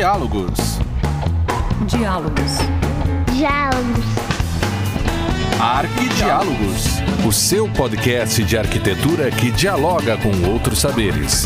Diálogos. Diálogos. Diálogos. Arquidiálogos, o seu podcast de arquitetura que dialoga com outros saberes.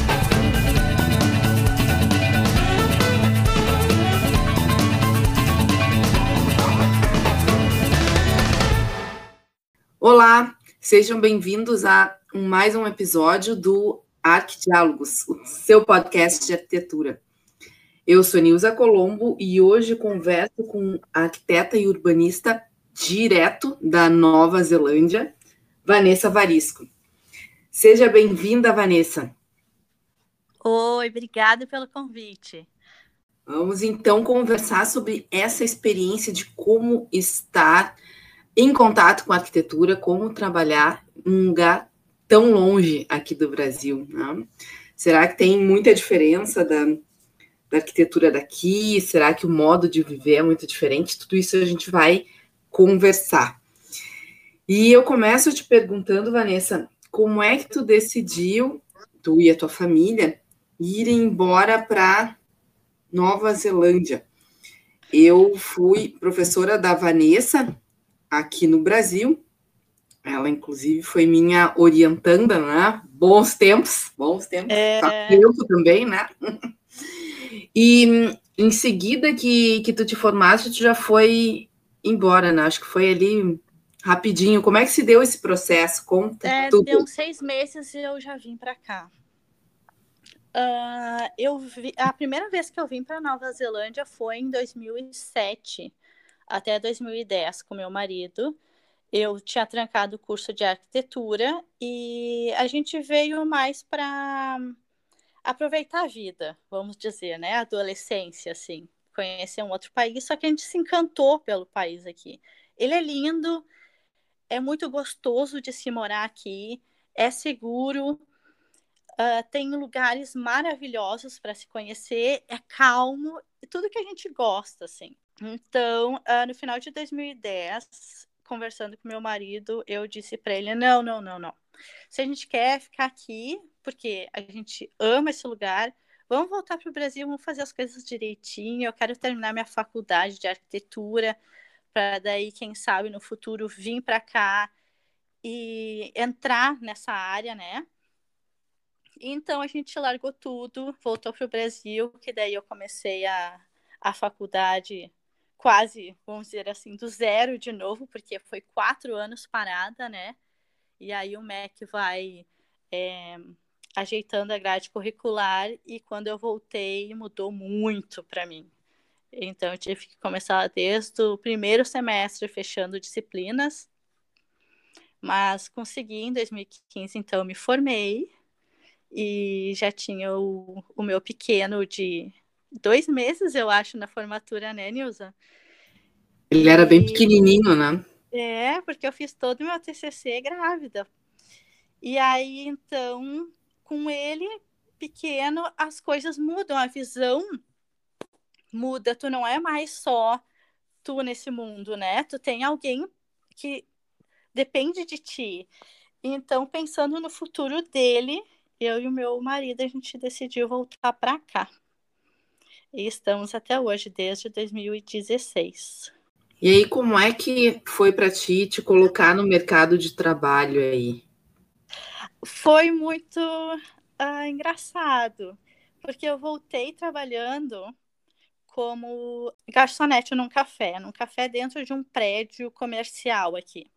Olá, sejam bem-vindos a mais um episódio do Arquidiálogos, o seu podcast de arquitetura. Eu sou Nilza Colombo e hoje converso com a arquiteta e urbanista direto da Nova Zelândia, Vanessa Varisco. Seja bem-vinda, Vanessa. Oi, obrigada pelo convite. Vamos então conversar sobre essa experiência de como estar em contato com a arquitetura, como trabalhar em um lugar tão longe aqui do Brasil, né? Será que tem muita diferença da arquitetura daqui? Será que o modo de viver é muito diferente? Tudo isso a gente vai conversar. E eu começo te perguntando, Vanessa, como é que tu decidiu, tu e a tua família, irem embora para Nova Zelândia? Eu fui professora da Vanessa aqui no Brasil. Ela, inclusive, foi minha orientanda, né? Bons tempos. Faz tempo também, né? E em seguida que tu te formaste, tu já foi embora, né? Acho que foi ali rapidinho. Como é que se deu esse processo? Conta tudo. Deu uns 6 meses e eu já vim para cá. A primeira vez que eu vim para Nova Zelândia foi em 2007, até 2010, com meu marido. Eu tinha trancado o curso de arquitetura e a gente veio mais para aproveitar a vida, vamos dizer, né? A adolescência, assim, conhecer um outro país, só que a gente se encantou pelo país aqui. Ele é lindo, é muito gostoso de se morar aqui, é seguro, tem lugares maravilhosos para se conhecer, é calmo, tudo que a gente gosta, assim. Então, no final de 2010, conversando com meu marido, eu disse para ele, não. Se a gente quer ficar aqui, porque a gente ama esse lugar, vamos voltar para o Brasil, vamos fazer as coisas direitinho, eu quero terminar minha faculdade de arquitetura, para daí, quem sabe, no futuro, vir para cá e entrar nessa área, né? Então, a gente largou tudo, voltou para o Brasil, que daí eu comecei a faculdade quase, vamos dizer assim, do zero de novo, porque foi 4 anos parada, né? E aí o MEC vai ajeitando a grade curricular e quando eu voltei mudou muito para mim. Então eu tive que começar desde o primeiro semestre fechando disciplinas, mas consegui em 2015, então eu me formei e já tinha o meu pequeno de 2 meses, eu acho, na formatura, né, Nilza? Ele era bem pequenininho, né? Porque eu fiz todo o meu TCC grávida. E aí, então, com ele pequeno, as coisas mudam, a visão muda. Tu não é mais só tu nesse mundo, né? Tu tem alguém que depende de ti. Então, pensando no futuro dele, eu e o meu marido, a gente decidiu voltar para cá. E estamos até hoje, desde 2016. E aí, como é que foi para ti te colocar no mercado de trabalho aí? Foi muito engraçado, porque eu voltei trabalhando como garçonete num café dentro de um prédio comercial aqui.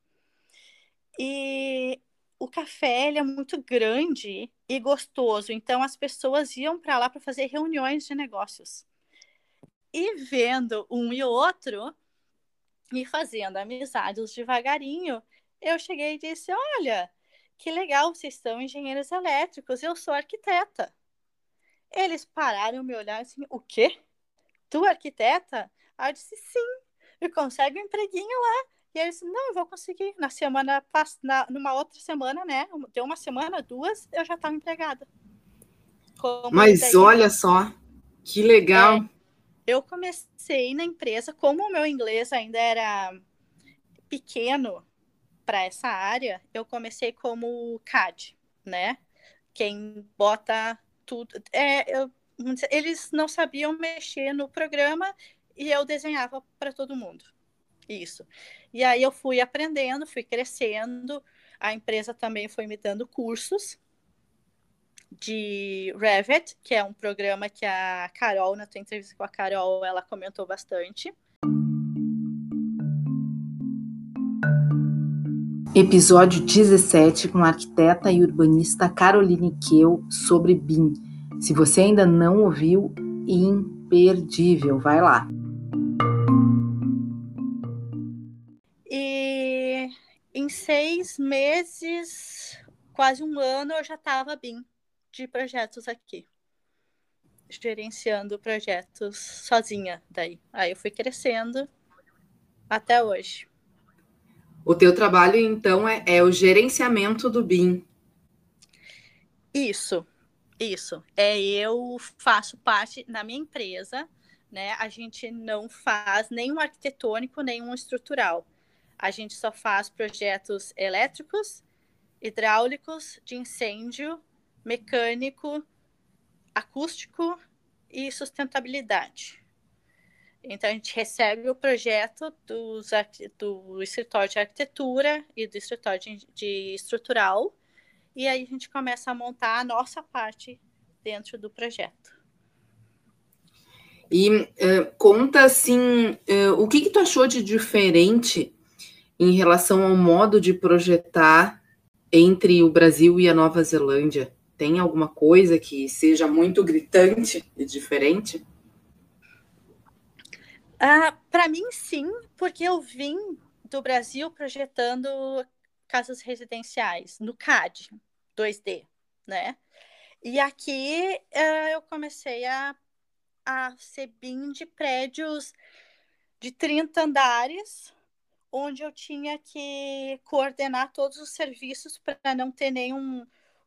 E o café ele é muito grande e gostoso, então as pessoas iam para lá para fazer reuniões de negócios. E vendo um e outro, e fazendo amizades devagarinho, eu cheguei e disse, olha, que legal, vocês são engenheiros elétricos, eu sou arquiteta. Eles pararam, me olharam assim, o quê? Tu é arquiteta? Aí eu disse, sim, eu consigo um empreguinho lá. E ele disse, não, eu vou conseguir. Numa outra semana, né? Deu uma semana, 2, eu já estava empregada. Mas olha só, que legal. Eu comecei na empresa, como o meu inglês ainda era pequeno para essa área, eu comecei como CAD, né? Quem bota tudo... eles não sabiam mexer no programa e eu desenhava para todo mundo. Isso. E aí eu fui aprendendo, fui crescendo, a empresa também foi me dando cursos de Revit, que é um programa que a Carol, na tua entrevista com a Carol, ela comentou bastante. Episódio 17 com a arquiteta e urbanista Caroline Keu sobre BIM. Se você ainda não ouviu, imperdível, vai lá. E em 6 meses, quase um ano, eu já estava BIM de projetos aqui, gerenciando projetos sozinha daí. Aí eu fui crescendo até hoje. O teu trabalho, então, é o gerenciamento do BIM. Isso. Eu faço parte, na minha empresa, né? A gente não faz nenhum arquitetônico, nenhum estrutural. A gente só faz projetos elétricos, hidráulicos, de incêndio, mecânico, acústico e sustentabilidade. Então, a gente recebe o projeto do escritório de arquitetura e do escritório de estrutural, e aí a gente começa a montar a nossa parte dentro do projeto. E conta, assim, o que tu achou de diferente em relação ao modo de projetar entre o Brasil e a Nova Zelândia? Tem alguma coisa que seja muito gritante e diferente? Para mim, sim, porque eu vim do Brasil projetando casas residenciais no CAD 2D, né? E aqui eu comecei a ser BIM de prédios de 30 andares, onde eu tinha que coordenar todos os serviços para não ter nenhum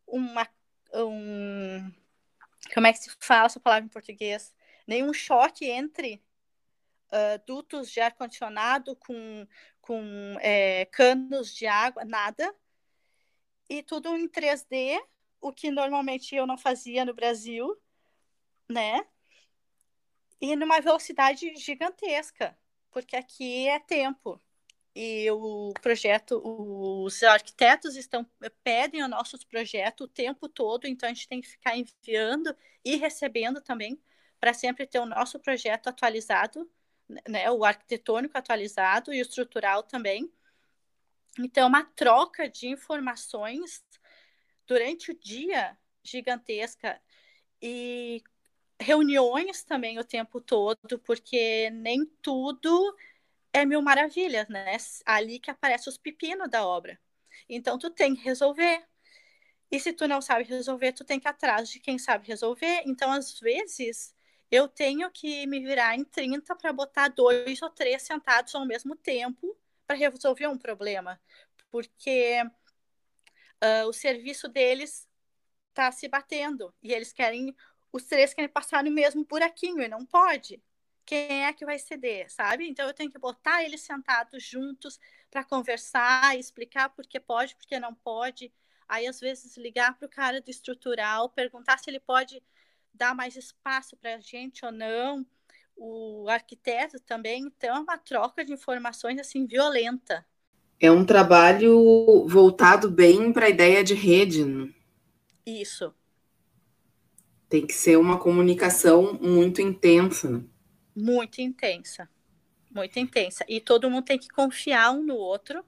como é que se fala essa palavra em português? Nenhum choque entre dutos de ar-condicionado com canos de água, nada. E tudo em 3D, o que normalmente eu não fazia no Brasil, né? E numa velocidade gigantesca, porque aqui é tempo. E o projeto, os arquitetos pedem os nossos projetos o tempo todo, então a gente tem que ficar enviando e recebendo também, para sempre ter o nosso projeto atualizado, né, o arquitetônico atualizado e o estrutural também. Então, uma troca de informações durante o dia gigantesca e reuniões também o tempo todo, porque nem tudo é mil maravilhas, né? Ali que aparece os pepinos da obra. Então, tu tem que resolver. E se tu não sabe resolver, tu tem que ir atrás de quem sabe resolver. Então, às vezes, eu tenho que me virar em 30 para botar 2 ou 3 sentados ao mesmo tempo para resolver um problema. Porque o serviço deles está se batendo. E eles querem, os 3 querem passar no mesmo buraquinho e não pode. Quem é que vai ceder, sabe? Então eu tenho que botar eles sentados juntos para conversar, explicar por que pode, por que não pode. Aí, às vezes, ligar para o cara do estrutural, perguntar se ele pode dar mais espaço para a gente ou não. O arquiteto também. Então, é uma troca de informações assim violenta. É um trabalho voltado bem para a ideia de rede, né? Isso. Tem que ser uma comunicação muito intensa, né? Muito intensa. Muito intensa. E todo mundo tem que confiar um no outro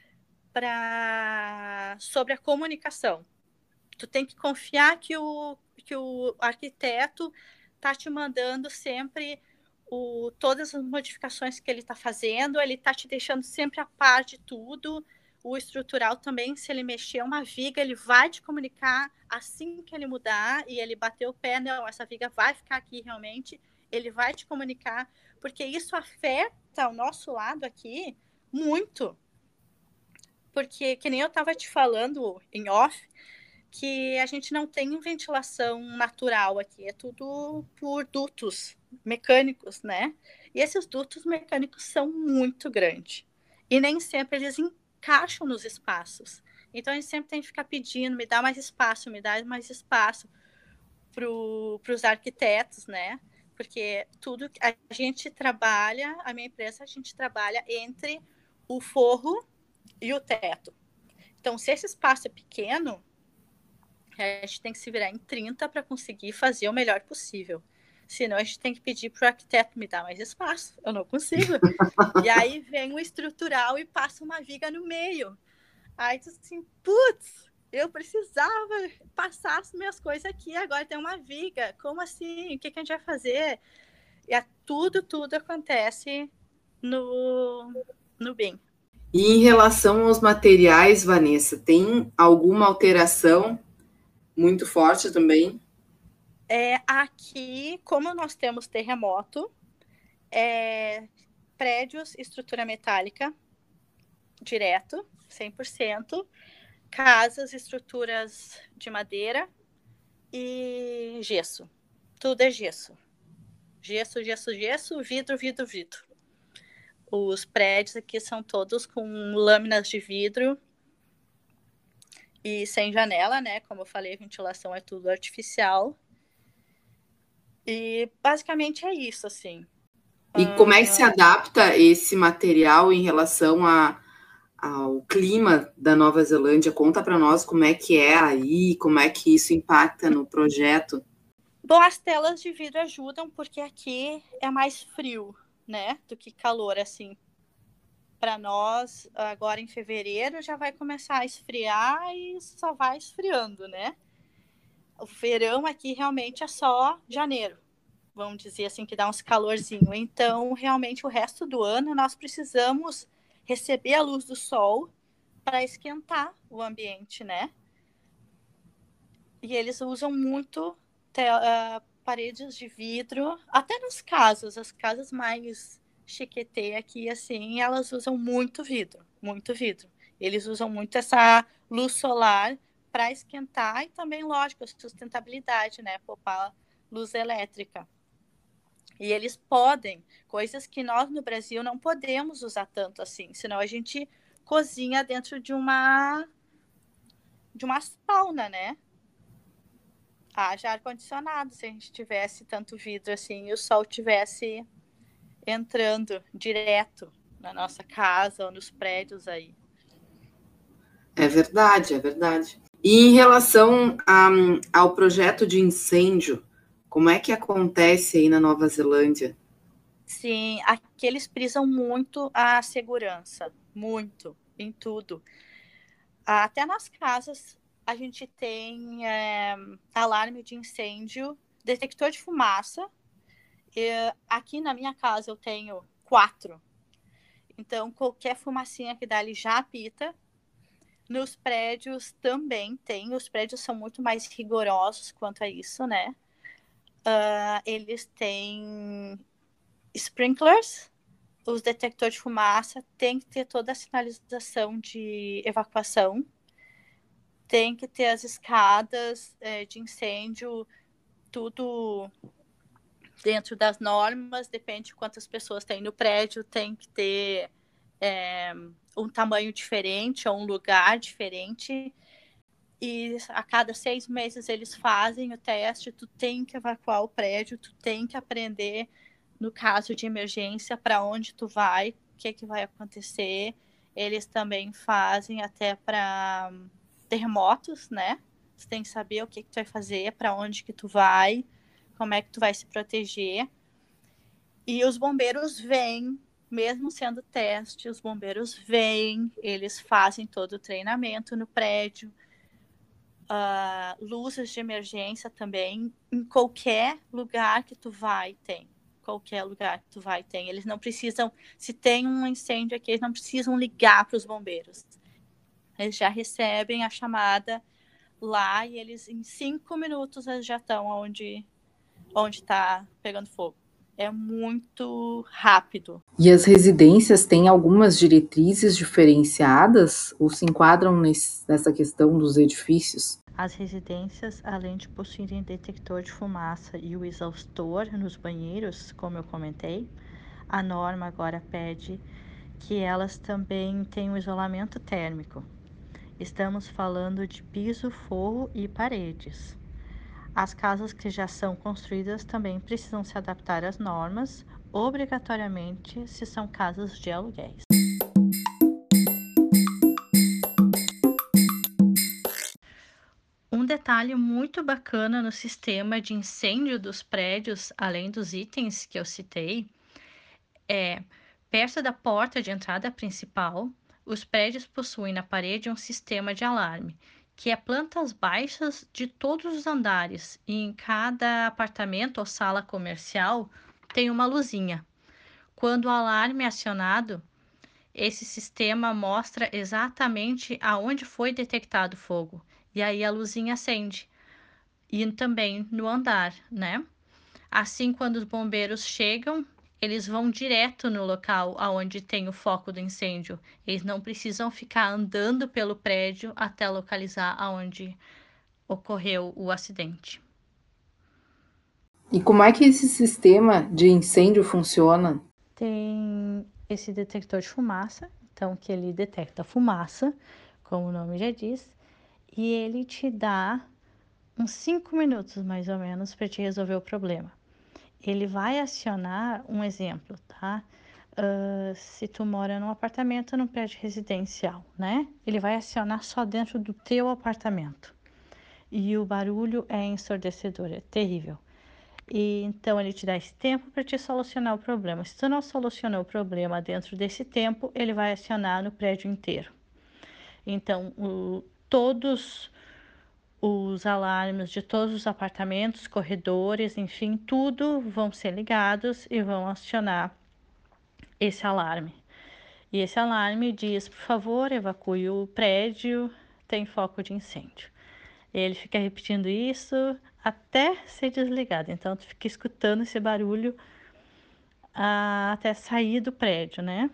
sobre a comunicação. Tu tem que confiar que o arquiteto está te mandando sempre todas as modificações que ele está fazendo, ele está te deixando sempre a par de tudo. O estrutural também, se ele mexer uma viga, ele vai te comunicar assim que ele mudar e ele bater o pé, não, essa viga vai ficar aqui realmente, ele vai te comunicar, porque isso afeta o nosso lado aqui muito. Porque, que nem eu estava te falando em off, que a gente não tem ventilação natural aqui, é tudo por dutos mecânicos, né? E esses dutos mecânicos são muito grandes. E nem sempre eles encaixam nos espaços. Então, a gente sempre tem que ficar pedindo, me dá mais espaço, me dá mais espaço. para os arquitetos, né? Porque tudo a gente trabalha, a minha empresa, a gente trabalha entre o forro e o teto. Então, se esse espaço é pequeno, a gente tem que se virar em 30 para conseguir fazer o melhor possível. Senão, a gente tem que pedir para o arquiteto me dar mais espaço. Eu não consigo. E aí vem o estrutural e passa uma viga no meio. Aí tu assim, putz, eu precisava passar as minhas coisas aqui, agora tem uma viga. Como assim? O que a gente vai fazer? E tudo acontece no BIM. E em relação aos materiais, Vanessa, tem alguma alteração muito forte também? Aqui, como nós temos terremoto, prédios, estrutura metálica, direto, 100%, casas, estruturas de madeira e gesso. Tudo é gesso. Gesso, vidro. Os prédios aqui são todos com lâminas de vidro e sem janela, né? Como eu falei, a ventilação é tudo artificial. E basicamente é isso, assim. E como é que se adapta esse material em relação ao clima da Nova Zelândia? Conta para nós como é que é aí, como é que isso impacta no projeto. Bom, as telas de vidro ajudam porque aqui é mais frio, né, do que calor, assim. Para nós, agora em fevereiro, já vai começar a esfriar e só vai esfriando, né? O verão aqui realmente é só janeiro, vamos dizer assim, que dá uns calorzinho. Então, realmente, o resto do ano, nós precisamos receber a luz do sol para esquentar o ambiente, né? E eles usam muito paredes de vidro, até nas casas, as casas mais chiquetê aqui, assim, elas usam muito vidro. Eles usam muito essa luz solar para esquentar e também, lógico, sustentabilidade, né? Poupar luz elétrica. E eles podem, coisas que nós no Brasil não podemos usar tanto assim, senão a gente cozinha dentro de uma sauna, né? Haja ar-condicionado, se a gente tivesse tanto vidro assim e o sol tivesse entrando direto na nossa casa ou nos prédios aí. É verdade. E em relação ao projeto de incêndio, como é que acontece aí na Nova Zelândia? Sim, aqui eles prisam muito a segurança, muito, em tudo. Até nas casas a gente tem alarme de incêndio, detector de fumaça. Aqui na minha casa eu tenho 4. Então, qualquer fumacinha que dá ali já apita. Nos prédios também tem. Os prédios são muito mais rigorosos quanto a isso, né? Eles têm sprinklers, os detectores de fumaça, tem que ter toda a sinalização de evacuação, tem que ter as escadas de incêndio, tudo dentro das normas, depende de quantas pessoas tem no prédio, tem que ter um tamanho diferente ou um lugar diferente. E a cada 6 meses eles fazem o teste, tu tem que evacuar o prédio, tu tem que aprender, no caso de emergência, para onde tu vai, o que vai acontecer. Eles também fazem até para terremotos, né? Tu tem que saber o que tu vai fazer, para onde que tu vai, como é que tu vai se proteger. E os bombeiros vêm, mesmo sendo teste, os bombeiros vêm, eles fazem todo o treinamento no prédio. Luzes de emergência também, em qualquer lugar que tu vai tem. Eles não precisam, se tem um incêndio aqui, eles não precisam ligar para os bombeiros. Eles já recebem a chamada lá e eles, em 5 minutos, eles já estão onde está pegando fogo. É muito rápido. E as residências têm algumas diretrizes diferenciadas ou se enquadram nessa questão dos edifícios? As residências, além de possuírem detector de fumaça e o exaustor nos banheiros, como eu comentei, a norma agora pede que elas também tenham isolamento térmico. Estamos falando de piso, forro e paredes. As casas que já são construídas também precisam se adaptar às normas, obrigatoriamente se são casas de aluguéis. Um detalhe muito bacana no sistema de incêndio dos prédios, além dos itens que eu citei, é, perto da porta de entrada principal, os prédios possuem na parede um sistema de alarme, que é plantas baixas de todos os andares, e em cada apartamento ou sala comercial tem uma luzinha. Quando o alarme é acionado, esse sistema mostra exatamente aonde foi detectado fogo, e aí a luzinha acende. E também no andar, né? Assim, quando os bombeiros chegam, eles vão direto no local aonde tem o foco do incêndio. Eles não precisam ficar andando pelo prédio até localizar aonde ocorreu o acidente. E como é que esse sistema de incêndio funciona? Tem esse detector de fumaça, então que ele detecta fumaça, como o nome já diz, e ele te dá uns 5 minutos mais ou menos para te resolver o problema. Ele vai acionar um exemplo, tá? Se tu mora num apartamento, num prédio residencial, né? Ele vai acionar só dentro do teu apartamento. E o barulho é ensurdecedor, é terrível. E então ele te dá esse tempo para te solucionar o problema. Se tu não solucionou o problema dentro desse tempo, ele vai acionar no prédio inteiro. Então, todos os alarmes de todos os apartamentos, corredores, enfim, tudo vão ser ligados e vão acionar esse alarme. E esse alarme diz, por favor, evacue o prédio, tem foco de incêndio. Ele fica repetindo isso até ser desligado. Então, tu fica escutando esse barulho até sair do prédio, né?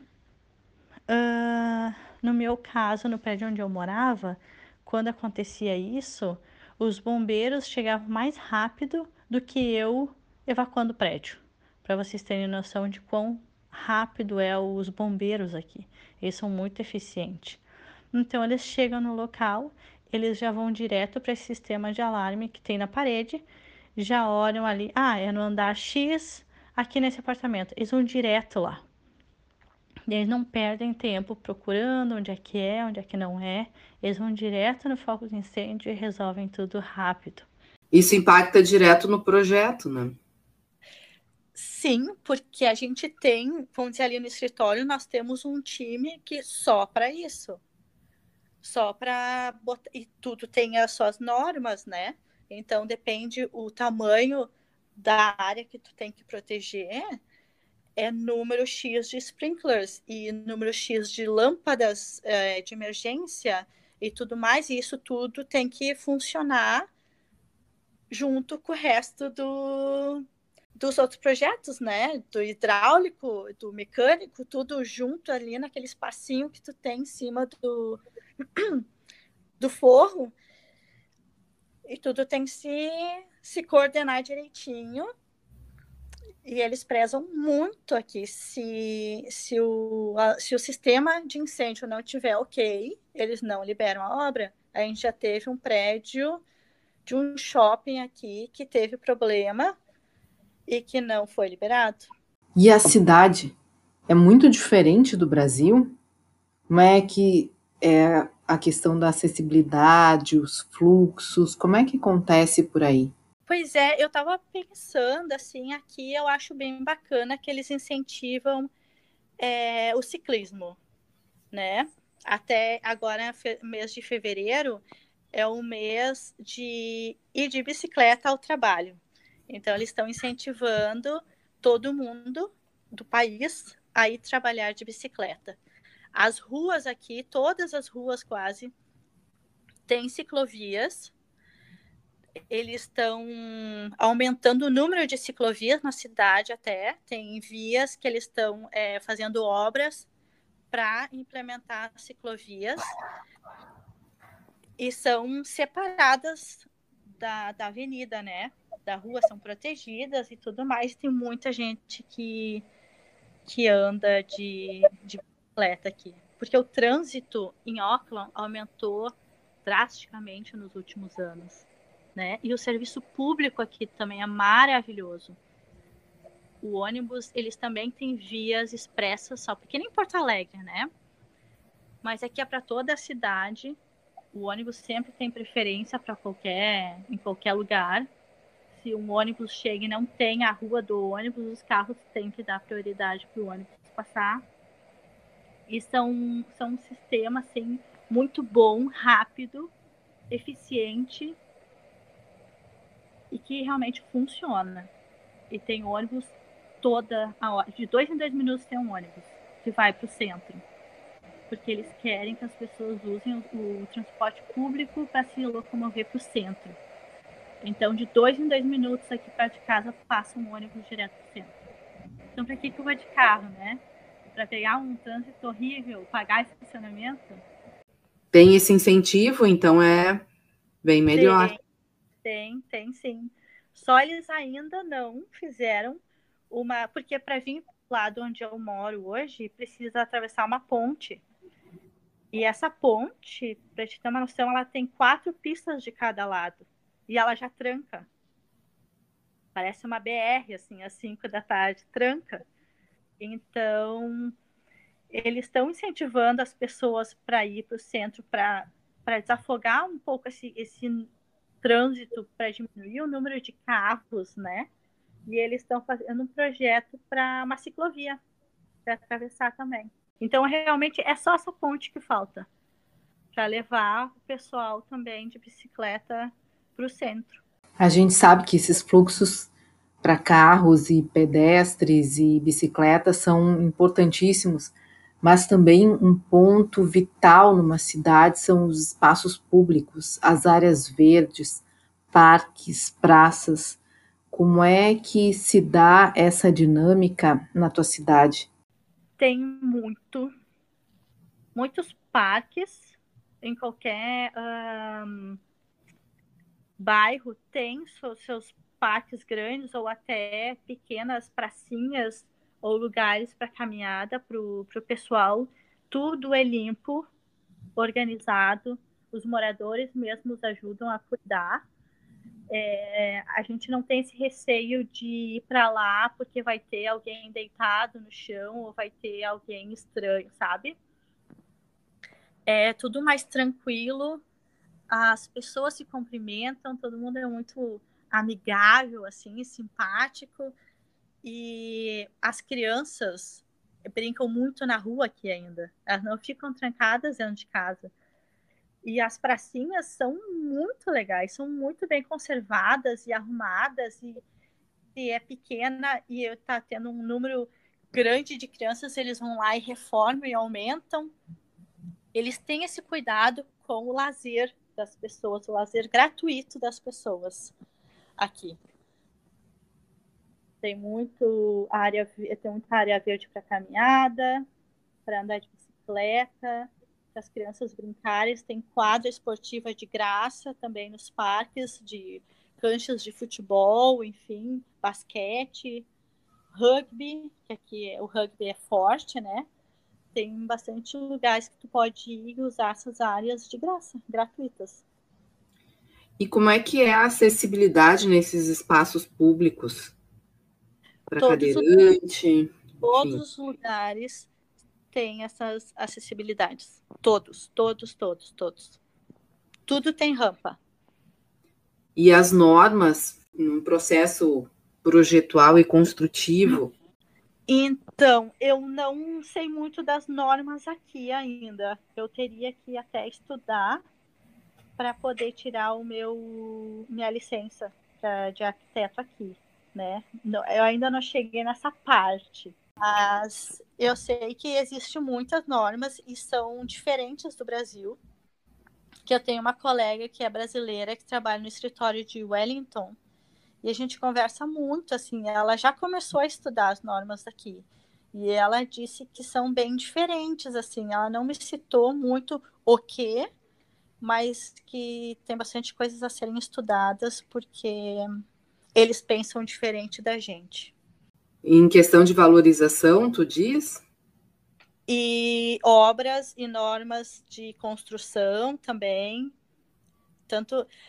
No meu caso, no prédio onde eu morava, quando acontecia isso, os bombeiros chegavam mais rápido do que eu evacuando o prédio. Para vocês terem noção de quão rápido é os bombeiros aqui. Eles são muito eficientes. Então, eles chegam no local, eles já vão direto para esse sistema de alarme que tem na parede, já olham ali, é no andar X, aqui nesse apartamento. Eles vão direto lá. E eles não perdem tempo procurando onde é que não é. Eles vão direto no foco de incêndio e resolvem tudo rápido. Isso impacta direto no projeto, né? Sim, porque a gente tem, vamos dizer, ali no escritório, nós temos um time que só para isso. Só para botar. E tudo tem as suas normas, né? Então depende o tamanho da área que tu tem que proteger. É número X de sprinklers e número X de lâmpadas de emergência e tudo mais, e isso tudo tem que funcionar junto com o resto dos outros projetos, né? Do hidráulico, do mecânico, tudo junto ali naquele espacinho que tu tem em cima do forro, e tudo tem que se coordenar direitinho. E eles prezam muito aqui. Se o sistema de incêndio não tiver ok, eles não liberam a obra. A gente já teve um prédio de um shopping aqui que teve problema e que não foi liberado. E a cidade é muito diferente do Brasil? Como é que é a questão da acessibilidade, os fluxos, como é que acontece por aí? Pois é, eu estava pensando, assim, aqui eu acho bem bacana que eles incentivam o ciclismo, né? Até agora, mês de fevereiro, é um mês de ir de bicicleta ao trabalho. Então, eles estão incentivando todo mundo do país a ir trabalhar de bicicleta. As ruas aqui, todas as ruas quase, têm ciclovias. Eles estão aumentando o número de ciclovias na cidade até. Tem vias que eles estão fazendo obras para implementar ciclovias e são separadas da avenida, né? Da rua, são protegidas e tudo mais. Tem muita gente que anda de bicicleta aqui, porque o trânsito em Auckland aumentou drasticamente nos últimos anos. né? E o serviço público aqui também é maravilhoso. O ônibus, eles também têm vias expressas, só porque nem em Porto Alegre, né? Mas aqui é para toda a cidade. O ônibus sempre tem preferência para em qualquer lugar. Se um ônibus chega e não tem a rua do ônibus, os carros têm que dar prioridade para o ônibus passar. E são um sistema assim, muito bom, rápido, eficiente e que realmente funciona. E tem ônibus toda a hora. De 2 em 2 minutos tem um ônibus que vai para o centro. Porque eles querem que as pessoas usem o transporte público para se locomover para o centro. Então, de 2 em 2 minutos aqui perto de casa passa um ônibus direto para o centro. Então, para que eu vou de carro, né? Para pegar um trânsito horrível, pagar estacionamento? Tem esse incentivo, então é bem melhor. Tem sim. Só eles ainda não fizeram porque para vir para o lado onde eu moro hoje, precisa atravessar uma ponte. E essa ponte, para te ter uma noção, ela tem 4 pistas de cada lado. E ela já tranca. Parece uma BR, assim, às 5 da tarde, tranca. Então, eles estão incentivando as pessoas para ir para o centro, para desafogar um pouco esse trânsito, para diminuir o número de carros, né? E eles estão fazendo um projeto para uma ciclovia, para atravessar também. Então, realmente, é só essa ponte que falta para levar o pessoal também de bicicleta para o centro. A gente sabe que esses fluxos para carros e pedestres e bicicletas são importantíssimos, mas também um ponto vital numa cidade são os espaços públicos, as áreas verdes, parques, praças. Como é que se dá essa dinâmica na tua cidade? Tem muitos parques em qualquer bairro tem seus parques grandes ou até pequenas pracinhas ou lugares para caminhada para o pessoal. Tudo é limpo, organizado, os moradores mesmos ajudam a cuidar. A gente não tem esse receio de ir para lá porque vai ter alguém deitado no chão ou vai ter alguém estranho, sabe? É tudo mais tranquilo, as pessoas se cumprimentam, todo mundo é muito amigável, assim, simpático, e as crianças brincam muito na rua aqui ainda, elas não ficam trancadas dentro de casa. E as pracinhas são muito legais, são muito bem conservadas e arrumadas, e é pequena e está tendo um número grande de crianças, eles vão lá e reformam e aumentam. Eles têm esse cuidado com o lazer das pessoas, o lazer gratuito das pessoas aqui. Tem muita área verde para caminhada, para andar de bicicleta, para as crianças brincarem. Tem quadra esportiva de graça também nos parques, de canchas de futebol, enfim, basquete, rugby, que aqui o rugby é forte, né? Tem bastante lugares que tu pode ir e usar essas áreas de graça, gratuitas. E como é que é a acessibilidade nesses espaços públicos? Para cadeirante? Todos os lugares têm essas acessibilidades. Todos. Tudo tem rampa. E as normas, num processo projetual e construtivo? Então, eu não sei muito das normas aqui ainda. Eu teria que até estudar para poder tirar minha licença de arquiteto aqui, né? Eu ainda não cheguei nessa parte, mas eu sei que existem muitas normas e são diferentes do Brasil. Que eu tenho uma colega que é brasileira que trabalha no escritório de Wellington e a gente conversa muito, assim, ela já começou a estudar as normas aqui e ela disse que são bem diferentes, assim, ela não me citou muito o quê, mas que tem bastante coisas a serem estudadas porque eles pensam diferente da gente. Em questão de valorização, tu diz? E obras e normas de construção também. Tanto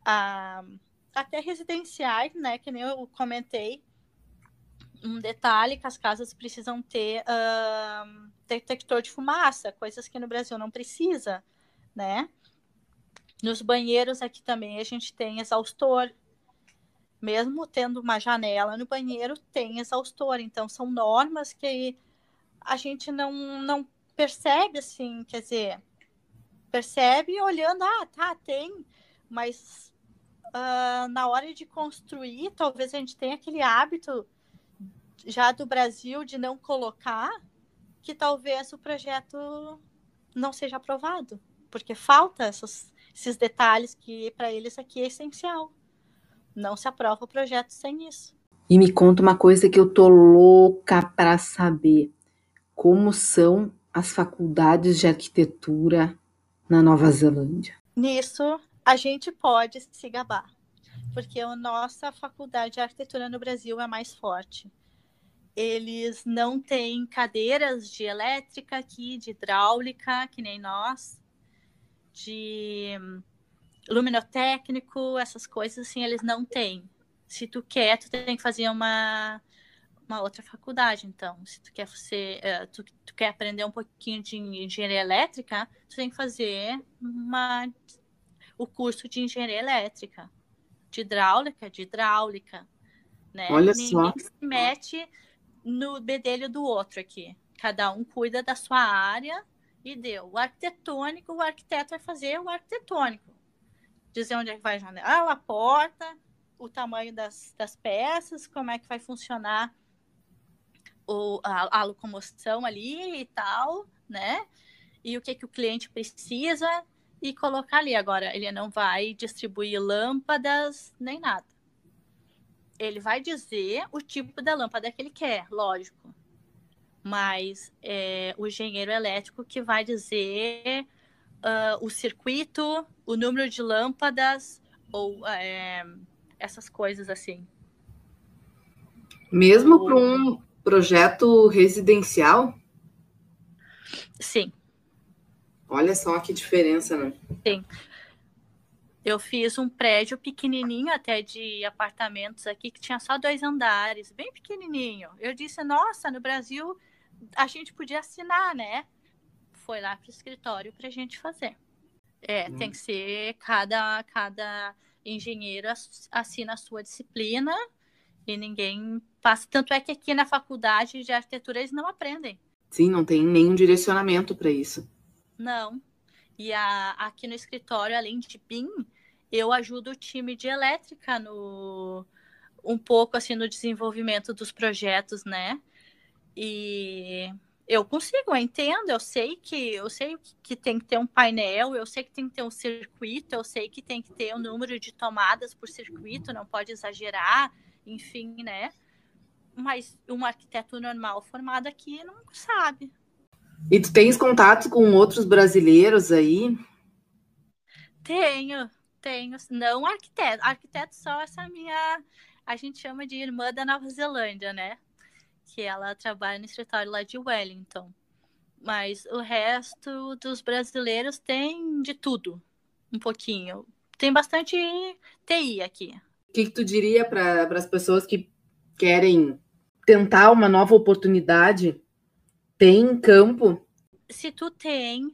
até residenciais, né, que nem eu comentei, um detalhe que as casas precisam ter detector de fumaça, coisas que no Brasil não precisa, né? Nos banheiros aqui também a gente tem exaustor, mesmo tendo uma janela no banheiro, tem exaustor, então são normas que a gente não percebe, assim, quer dizer, percebe olhando, tá, tem, mas na hora de construir, talvez a gente tenha aquele hábito já do Brasil de não colocar, que talvez o projeto não seja aprovado, porque falta esses detalhes que para eles aqui é essencial. Não se aprova o projeto sem isso. E me conta uma coisa que eu tô louca para saber. Como são as faculdades de arquitetura na Nova Zelândia? Nisso, a gente pode se gabar, porque a nossa faculdade de arquitetura no Brasil é mais forte. Eles não têm cadeiras de elétrica aqui, de hidráulica, que nem nós, de luminotécnico, essas coisas assim, eles não têm. Se tu quer, tu tem que fazer uma outra faculdade. Então, se tu quer tu quer aprender um pouquinho de engenharia elétrica, tu tem que fazer o curso de engenharia elétrica, de hidráulica, né? Olha Ninguém só. se mete no bedelho do outro aqui. Cada um cuida da sua área e deu. O arquitetônico, o arquiteto vai fazer o arquitetônico. Dizer onde é que vai a janela, a porta, o tamanho das peças, como é que vai funcionar a locomoção ali e tal, né? E o que o cliente precisa e colocar ali. Agora, ele não vai distribuir lâmpadas nem nada. Ele vai dizer o tipo da lâmpada que ele quer, lógico. Mas é o engenheiro elétrico que vai dizer o circuito, o número de lâmpadas ou essas coisas assim. Mesmo para um projeto residencial? Sim. Olha só que diferença, né? Sim. Eu fiz um prédio pequenininho até de apartamentos aqui, que tinha só 2 andares, bem pequenininho. Eu disse, nossa, no Brasil a gente podia assinar, né? Foi lá para o escritório para a gente fazer. Tem que ser, cada engenheiro assina a sua disciplina e ninguém passa. Tanto é que aqui na faculdade de arquitetura eles não aprendem. Sim, não tem nenhum direcionamento para isso. Não. E aqui no escritório, além de BIM, eu ajudo o time de elétrica um pouco assim no desenvolvimento dos projetos, né? E eu consigo, eu entendo, eu sei que tem que ter um painel, eu sei que tem que ter um circuito, eu sei que tem que ter um número de tomadas por circuito, não pode exagerar, enfim, né? Mas um arquiteto normal formado aqui não sabe. E tu tens contato com outros brasileiros aí? Tenho. Não arquiteto. Arquiteto só essa a gente chama de irmã da Nova Zelândia, né? Que ela trabalha no escritório lá de Wellington. Mas o resto dos brasileiros tem de tudo, um pouquinho. Tem bastante TI aqui. O que tu diria para as pessoas que querem tentar uma nova oportunidade? Tem campo? Se tu tem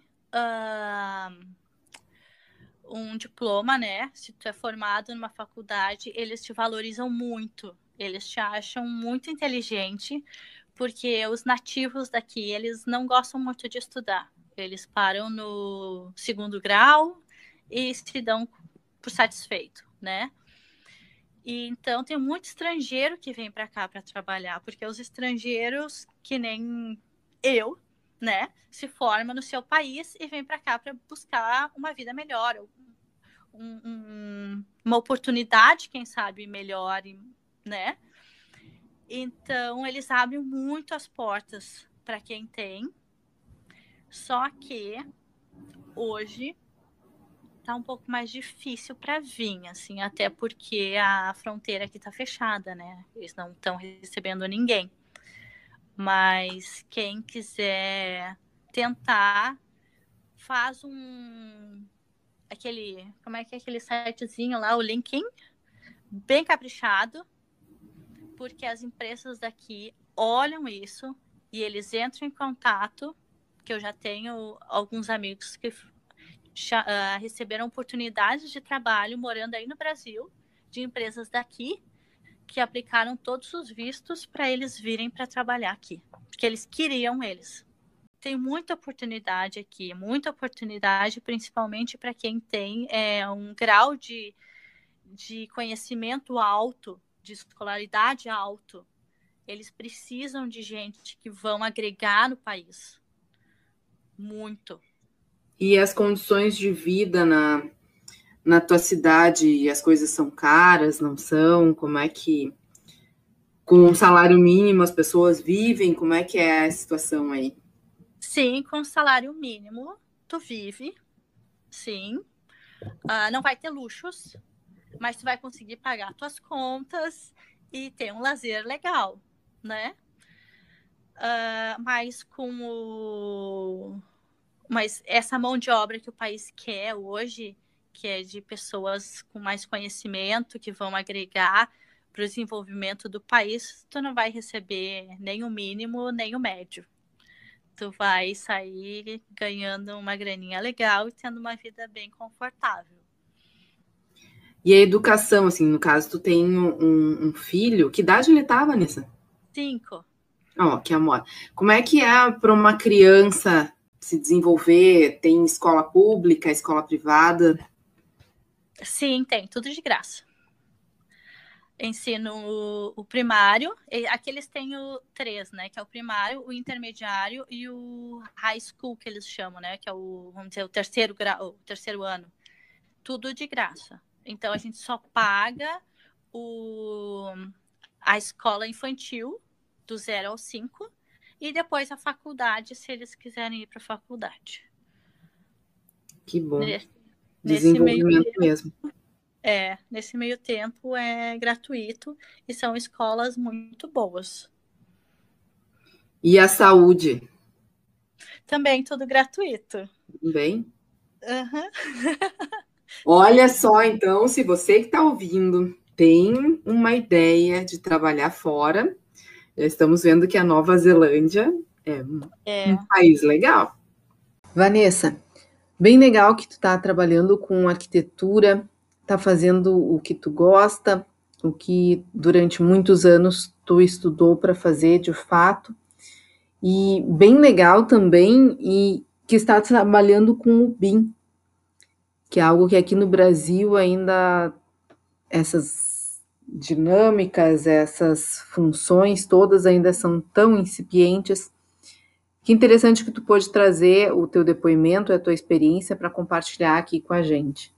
um diploma, né? Se tu é formado numa faculdade, eles te valorizam muito. Eles te acham muito inteligente, porque os nativos daqui, eles não gostam muito de estudar. Eles param no 2º grau e se dão por satisfeito, né? E então tem muito estrangeiro que vem para cá para trabalhar, porque os estrangeiros, que nem eu, né, se formam no seu país e vem para cá para buscar uma vida melhor, uma oportunidade, quem sabe, melhor, né? Então, eles abrem muito as portas para quem tem. Só que hoje tá um pouco mais difícil para vir, assim, até porque a fronteira aqui tá fechada, né? Eles não estão recebendo ninguém. Mas quem quiser tentar, faz como é que é aquele sitezinho lá, o LinkedIn, bem caprichado, porque as empresas daqui olham isso e eles entram em contato, que eu já tenho alguns amigos que receberam oportunidades de trabalho morando aí no Brasil, de empresas daqui, que aplicaram todos os vistos para eles virem para trabalhar aqui, porque eles queriam eles. Tem muita oportunidade aqui, muita oportunidade, principalmente para quem tem um grau de conhecimento alto, de escolaridade alto. Eles precisam de gente que vão agregar no país. Muito. E as condições de vida na tua cidade, as coisas são caras, não são? Como é que, com um salário mínimo, as pessoas vivem? Como é que é a situação aí? Sim, com salário mínimo, tu vive, sim. Não vai ter luxos, mas tu vai conseguir pagar tuas contas e ter um lazer legal, né? Mas essa mão de obra que o país quer hoje, que é de pessoas com mais conhecimento, que vão agregar para o desenvolvimento do país, tu não vai receber nem o mínimo, nem o médio. Tu vai sair ganhando uma graninha legal e tendo uma vida bem confortável. E a educação, assim, no caso, tu tem um filho, que idade ele tá, Vanessa? 5. Que amor. Como é que é para uma criança se desenvolver? Tem escola pública, escola privada? Sim, tem, tudo de graça. Ensino o primário, aqui eles têm 3, né? Que é o primário, o intermediário e o high school, que eles chamam, né? Que é vamos dizer, o terceiro ano. Tudo de graça. Então, a gente só paga a escola infantil, do 0 ao 5, e depois a faculdade, se eles quiserem ir para a faculdade. Que bom. Nesse desenvolvimento mesmo. Nesse meio tempo é gratuito e são escolas muito boas. E a saúde? Também tudo gratuito. Também? Uhum. Olha só, então, se você que está ouvindo tem uma ideia de trabalhar fora, já estamos vendo que a Nova Zelândia é um país legal. Vanessa, bem legal que tu está trabalhando com arquitetura, está fazendo o que tu gosta, o que durante muitos anos tu estudou para fazer de fato, e bem legal também e que está trabalhando com o BIM, que é algo que aqui no Brasil ainda essas dinâmicas, essas funções todas ainda são tão incipientes. Que interessante que tu pôde trazer o teu depoimento, a tua experiência para compartilhar aqui com a gente.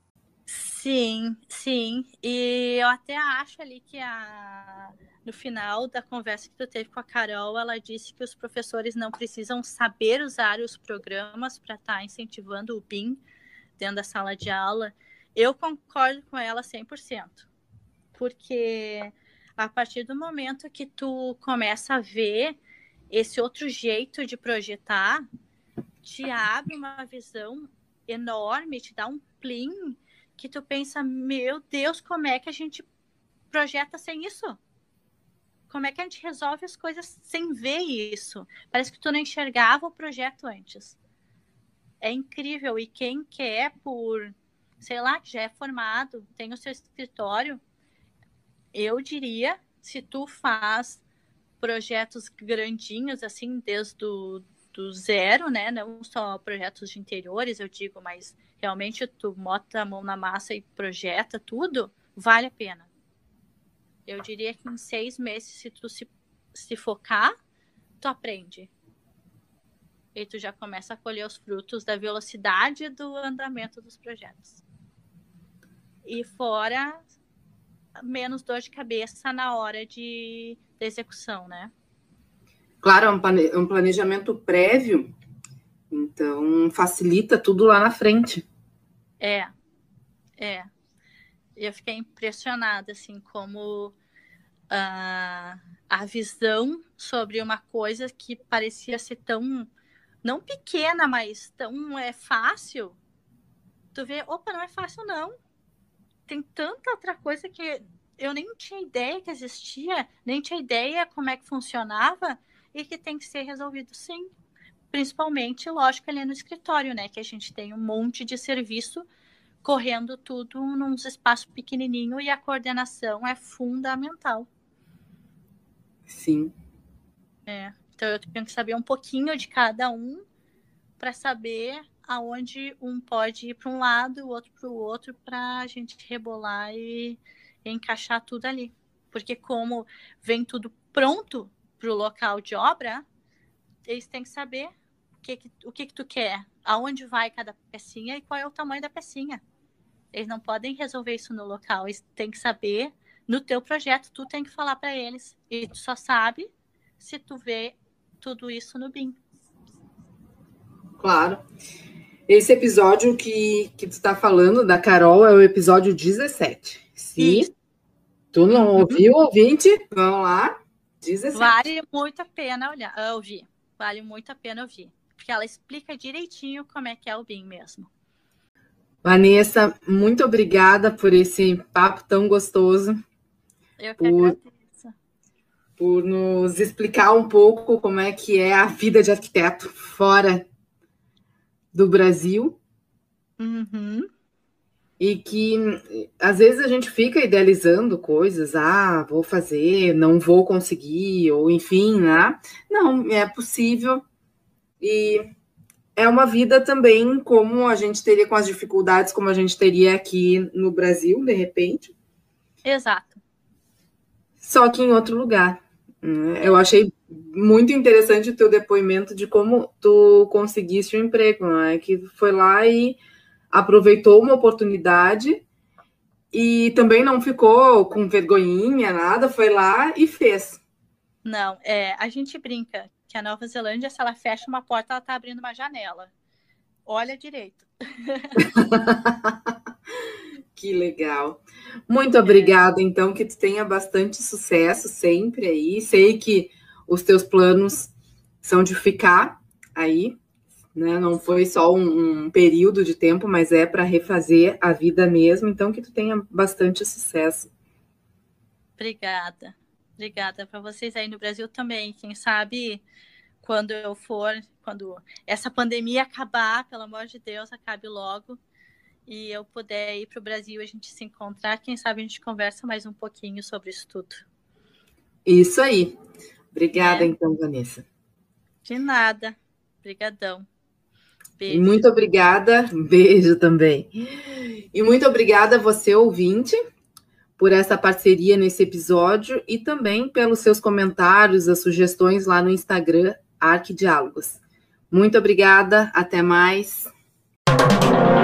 Sim, sim. E eu até acho ali que no final da conversa que tu teve com a Carol, ela disse que os professores não precisam saber usar os programas para estar incentivando o BIM dentro da sala de aula. Eu concordo com ela 100%. Porque a partir do momento que tu começa a ver esse outro jeito de projetar, te abre uma visão enorme, te dá um plim que tu pensa, meu Deus, como é que a gente projeta sem isso? Como é que a gente resolve as coisas sem ver isso? Parece que tu não enxergava o projeto antes. É incrível. E quem quer sei lá, que já é formado, tem o seu escritório, eu diria, se tu faz projetos grandinhos, assim, desde do zero, né? Não só projetos de interiores, eu digo, mas realmente tu bota a mão na massa e projeta tudo, vale a pena. Eu diria que em 6 meses, se tu se focar, tu aprende. E tu já começa a colher os frutos da velocidade do andamento dos projetos. E fora menos dor de cabeça na hora da execução, né? Claro, é um planejamento prévio, então facilita tudo lá na frente. Eu fiquei impressionada, assim, como a visão sobre uma coisa que parecia ser tão, não pequena, mas tão fácil, tu vê, opa, não é fácil não. Tem tanta outra coisa que eu nem tinha ideia que existia, nem tinha ideia como é que funcionava e que tem que ser resolvido sim. Principalmente, lógico, ali no escritório, né? Que a gente tem um monte de serviço correndo tudo num espaço pequenininho e a coordenação é fundamental. Sim. Então eu tenho que saber um pouquinho de cada um para saber aonde um pode ir para um lado, o outro para o outro, para a gente rebolar e encaixar tudo ali. Porque como vem tudo pronto para o local de obra, eles têm que saber o que tu quer, aonde vai cada pecinha e qual é o tamanho da pecinha. Eles não podem resolver isso no local, eles têm que saber no teu projeto, tu tem que falar para eles. E tu só sabe se tu vê tudo isso no BIM. Claro. Esse episódio que tu está falando, da Carol, é o episódio 17. Se Isso. tu não ouviu, ouvinte, vamos lá, 17. Vale muito a pena ouvir. Vale muito a pena ouvir. Porque ela explica direitinho como é que é o BIM mesmo. Vanessa, muito obrigada por esse papo tão gostoso. Eu que agradeço. Por nos explicar um pouco como é que é a vida de arquiteto fora do Brasil. Uhum. E que, às vezes, a gente fica idealizando coisas. Vou fazer, não vou conseguir, ou enfim, né? Não, é possível. E é uma vida também como a gente teria com as dificuldades, como a gente teria aqui no Brasil, de repente. Exato. Só que em outro lugar. Eu achei muito interessante o teu depoimento de como tu conseguiste um emprego, né? Que foi lá e aproveitou uma oportunidade e também não ficou com vergonhinha, nada, foi lá e fez. Não, a gente brinca que a Nova Zelândia, se ela fecha uma porta, ela está abrindo uma janela. Olha direito. Que legal. Muito obrigada, então, que tu tenha bastante sucesso sempre aí. Sei que os teus planos são de ficar aí, né? Não foi só um período de tempo, mas é para refazer a vida mesmo. Então, que tu tenha bastante sucesso. Obrigada. Obrigada para vocês aí no Brasil também. Quem sabe quando essa pandemia acabar, pelo amor de Deus, acabe logo. E eu puder ir para o Brasil, a gente se encontrar, quem sabe a gente conversa mais um pouquinho sobre isso tudo. Isso aí. Obrigada, então, Vanessa. De nada. Obrigadão. Beijo. Muito obrigada. Beijo também. E muito obrigada a você, ouvinte, por essa parceria nesse episódio e também pelos seus comentários, as sugestões lá no Instagram, Arquidiálogos. Muito obrigada. Até mais.